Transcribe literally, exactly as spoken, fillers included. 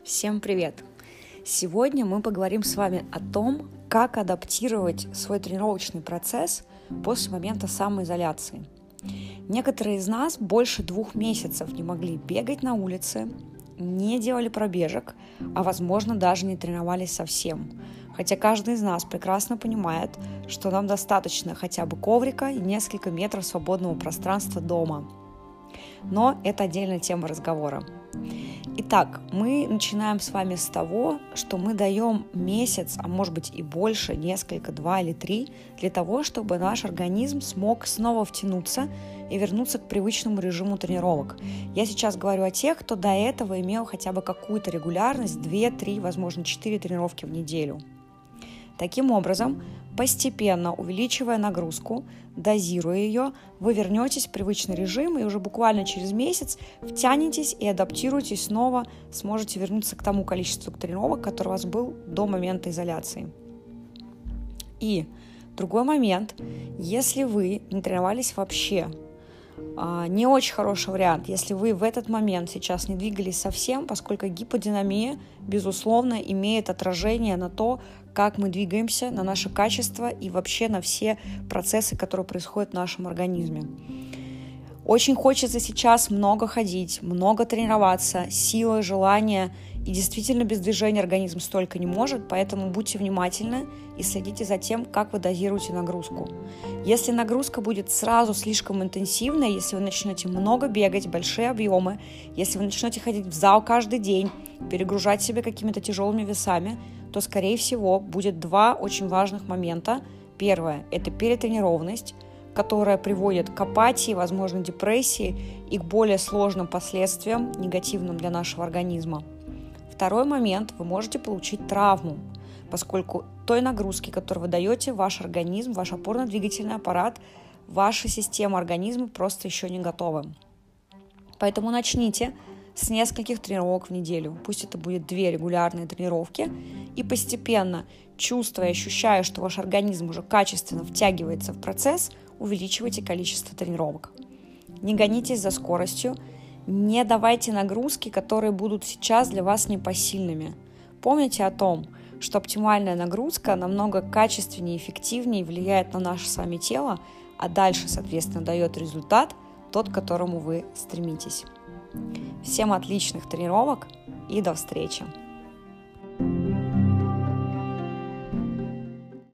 Всем привет! Сегодня мы поговорим с вами о том, как адаптировать свой тренировочный процесс после момента самоизоляции. Некоторые из нас больше двух месяцев не могли бегать на улице, не делали пробежек, а возможно даже не тренировались совсем. Хотя каждый из нас прекрасно понимает, что нам достаточно хотя бы коврика и несколько метров свободного пространства дома. Но это отдельная тема разговора. Итак, мы начинаем с вами с того, что мы даем месяц, а может быть и больше, несколько, два или три, для того, чтобы наш организм смог снова втянуться и вернуться к привычному режиму тренировок. Я сейчас говорю о тех, кто до этого имел хотя бы какую-то регулярность, две, три, возможно, четыре тренировки в неделю. Таким образом, постепенно увеличивая нагрузку, дозируя ее, вы вернетесь в привычный режим и уже буквально через месяц втянетесь и адаптируетесь снова, сможете вернуться к тому количеству тренировок, который у вас был до момента изоляции. И другой момент, если вы не тренировались вообще, не очень хороший вариант, если вы в этот момент сейчас не двигались совсем, поскольку гиподинамия, безусловно, имеет отражение на то, как мы двигаемся, на наше качество и вообще на все процессы, которые происходят в нашем организме. Очень хочется сейчас много ходить, много тренироваться, силы, желания, и действительно без движения организм столько не может, поэтому будьте внимательны и следите за тем, как вы дозируете нагрузку. Если нагрузка будет сразу слишком интенсивной, если вы начнете много бегать, большие объемы, если вы начнете ходить в зал каждый день, перегружать себя какими-то тяжелыми весами, то, скорее всего, будет два очень важных момента. Первое – это перетренированность, которая приводит к апатии, возможно, депрессии и к более сложным последствиям, негативным для нашего организма. Второй момент – вы можете получить травму, поскольку той нагрузки, которую вы даете, ваш организм, ваш опорно-двигательный аппарат, ваша система организма просто еще не готовы. Поэтому начните с нескольких тренировок в неделю. Пусть это будет две регулярные тренировки. И постепенно, чувствуя, ощущая, что ваш организм уже качественно втягивается в процесс, увеличивайте количество тренировок. Не гонитесь за скоростью, не давайте нагрузки, которые будут сейчас для вас непосильными. Помните о том, что оптимальная нагрузка намного качественнее и эффективнее влияет на наше с вами тело, а дальше, соответственно, дает результат, тот, к которому вы стремитесь. Всем отличных тренировок и до встречи!